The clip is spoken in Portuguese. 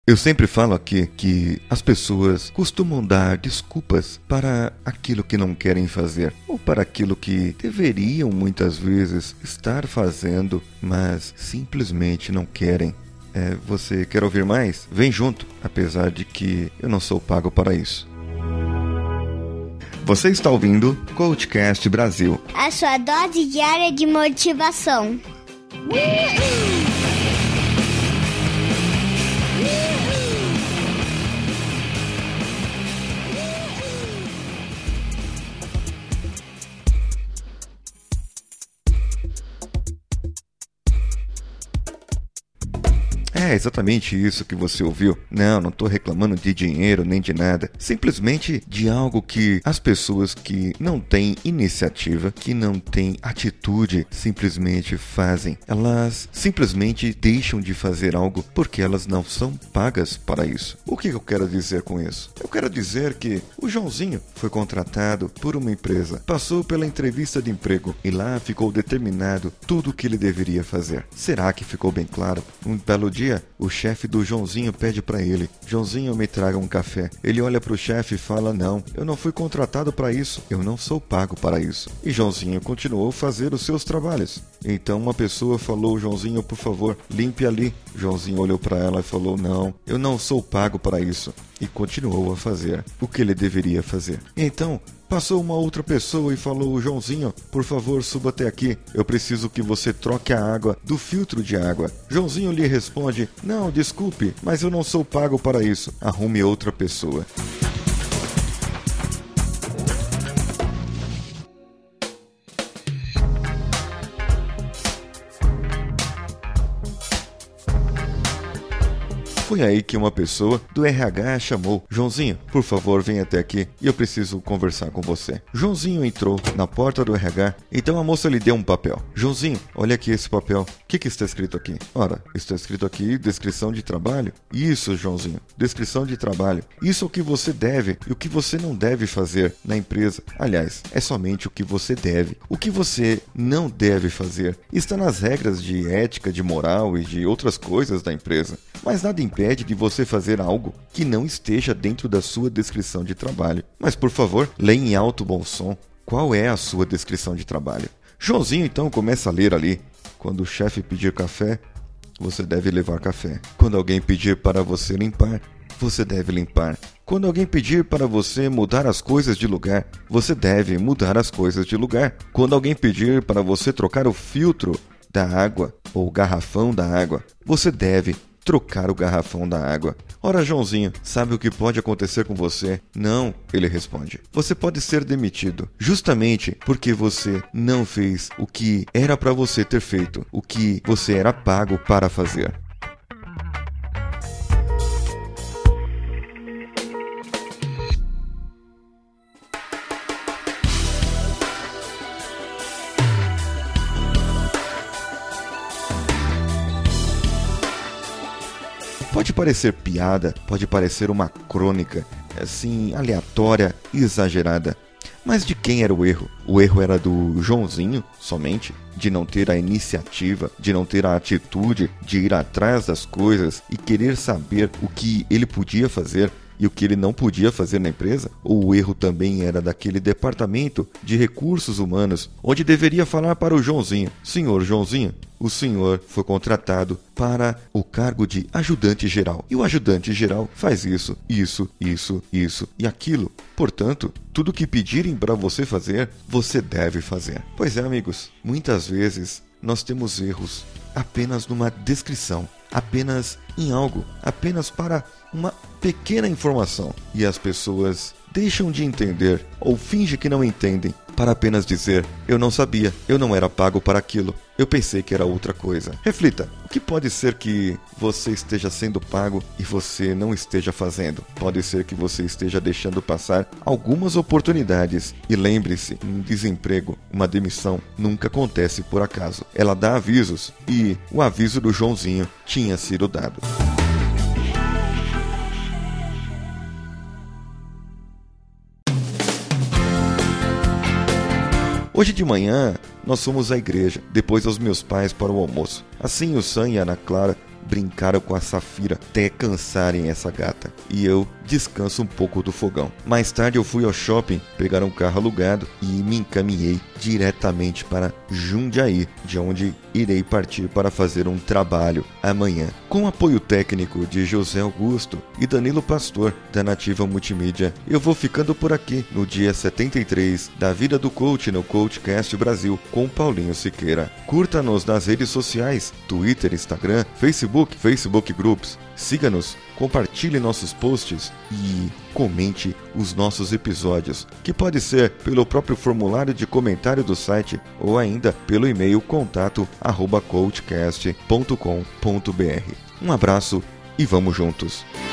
Eu sempre falo aqui que as pessoas costumam dar desculpas para aquilo que não querem fazer ou para aquilo que deveriam muitas vezes estar fazendo, mas simplesmente não querem. Você quer ouvir mais? Vem junto, apesar de que eu não sou pago para isso. Você está ouvindo Coachcast Brasil, a sua dose diária de motivação. É exatamente isso que você ouviu. Não estou reclamando de dinheiro nem de nada. Simplesmente de algo que as pessoas que não têm iniciativa, que não têm atitude, simplesmente fazem. Elas simplesmente deixam de fazer algo porque elas não são pagas para isso. O que eu quero dizer com isso? Eu quero dizer que o Joãozinho foi contratado por uma empresa, passou pela entrevista de emprego e lá ficou determinado tudo o que ele deveria fazer. Será que ficou bem claro? Um belo dia, o chefe do Joãozinho pede para ele: Joãozinho, me traga um café. Ele olha para o chefe e fala: não, eu não fui contratado para isso, eu não sou pago para isso. E Joãozinho continuou a fazer os seus trabalhos. Então uma pessoa falou: Joãozinho, por favor, limpe ali. Joãozinho olhou para ela e falou: não, eu não sou pago para isso. E continuou a fazer o que ele deveria fazer. Então passou uma outra pessoa e falou: Joãozinho, por favor, suba até aqui. Eu preciso que você troque a água do filtro de água. Joãozinho lhe responde: não, desculpe, mas eu não sou pago para isso. Arrume outra pessoa. Foi aí que uma pessoa do RH chamou: Joãozinho, por favor, vem até aqui e eu preciso conversar com você. Joãozinho entrou na porta do RH, então a moça lhe deu um papel. Joãozinho, olha aqui esse papel. O que está escrito aqui? Ora, está escrito aqui descrição de trabalho. Isso, Joãozinho, descrição de trabalho. Isso é o que você deve e o que você não deve fazer na empresa. Aliás, é somente o que você deve. O que você não deve fazer está nas regras de ética, de moral e de outras coisas da empresa. Mas nada impede de você fazer algo que não esteja dentro da sua descrição de trabalho. Mas, por favor, leia em alto bom som. Qual é a sua descrição de trabalho? Joãozinho, então, começa a ler ali. Quando o chefe pedir café, você deve levar café. Quando alguém pedir para você limpar, você deve limpar. Quando alguém pedir para você mudar as coisas de lugar, você deve mudar as coisas de lugar. Quando alguém pedir para você trocar o filtro da água ou o garrafão da água, você deve trocar o garrafão da água. Ora, Joãozinho, sabe o que pode acontecer com você? Não, ele responde. Você pode ser demitido, justamente porque você não fez o que era para você ter feito, o que você era pago para fazer. Pode parecer piada, pode parecer uma crônica, assim, aleatória e exagerada. Mas de quem era o erro? O erro era do Joãozinho, somente, de não ter a iniciativa, de não ter a atitude de ir atrás das coisas e querer saber o que ele podia fazer e o que ele não podia fazer na empresa? Ou o erro também era daquele departamento de recursos humanos, onde deveria falar para o Joãozinho: senhor Joãozinho, o senhor foi contratado para o cargo de ajudante geral. E o ajudante geral faz isso, isso, isso, isso e aquilo. Portanto, tudo que pedirem para você fazer, você deve fazer. Pois é, amigos, muitas vezes nós temos erros apenas numa descrição, apenas em algo, apenas para uma pequena informação. E as pessoas deixam de entender ou fingem que não entendem para apenas dizer: eu não sabia, eu não era pago para aquilo, eu pensei que era outra coisa. Reflita, o que pode ser que você esteja sendo pago e você não esteja fazendo? Pode ser que você esteja deixando passar algumas oportunidades. E lembre-se, um desemprego, uma demissão, nunca acontece por acaso. Ela dá avisos e o aviso do Joãozinho tinha sido dado. Hoje de manhã, nós fomos à igreja, depois aos meus pais para o almoço. Assim, o Sam e a Ana Clara brincaram com a Safira até cansarem essa gata, e eu descanso um pouco do fogão. Mais tarde eu fui ao shopping pegar um carro alugado e me encaminhei diretamente para Jundiaí, de onde irei partir para fazer um trabalho amanhã. Com apoio técnico de José Augusto e Danilo Pastor, da Nativa Multimídia, eu vou ficando por aqui no dia 73 da Vida do Coach no CoachCast Brasil com Paulinho Siqueira. Curta-nos nas redes sociais, Twitter, Instagram, Facebook Groups. Siga-nos, compartilhe nossos posts e comente os nossos episódios, que pode ser pelo próprio formulário de comentário do site ou ainda pelo e-mail contato@coachcast.com.br. Um abraço e vamos juntos!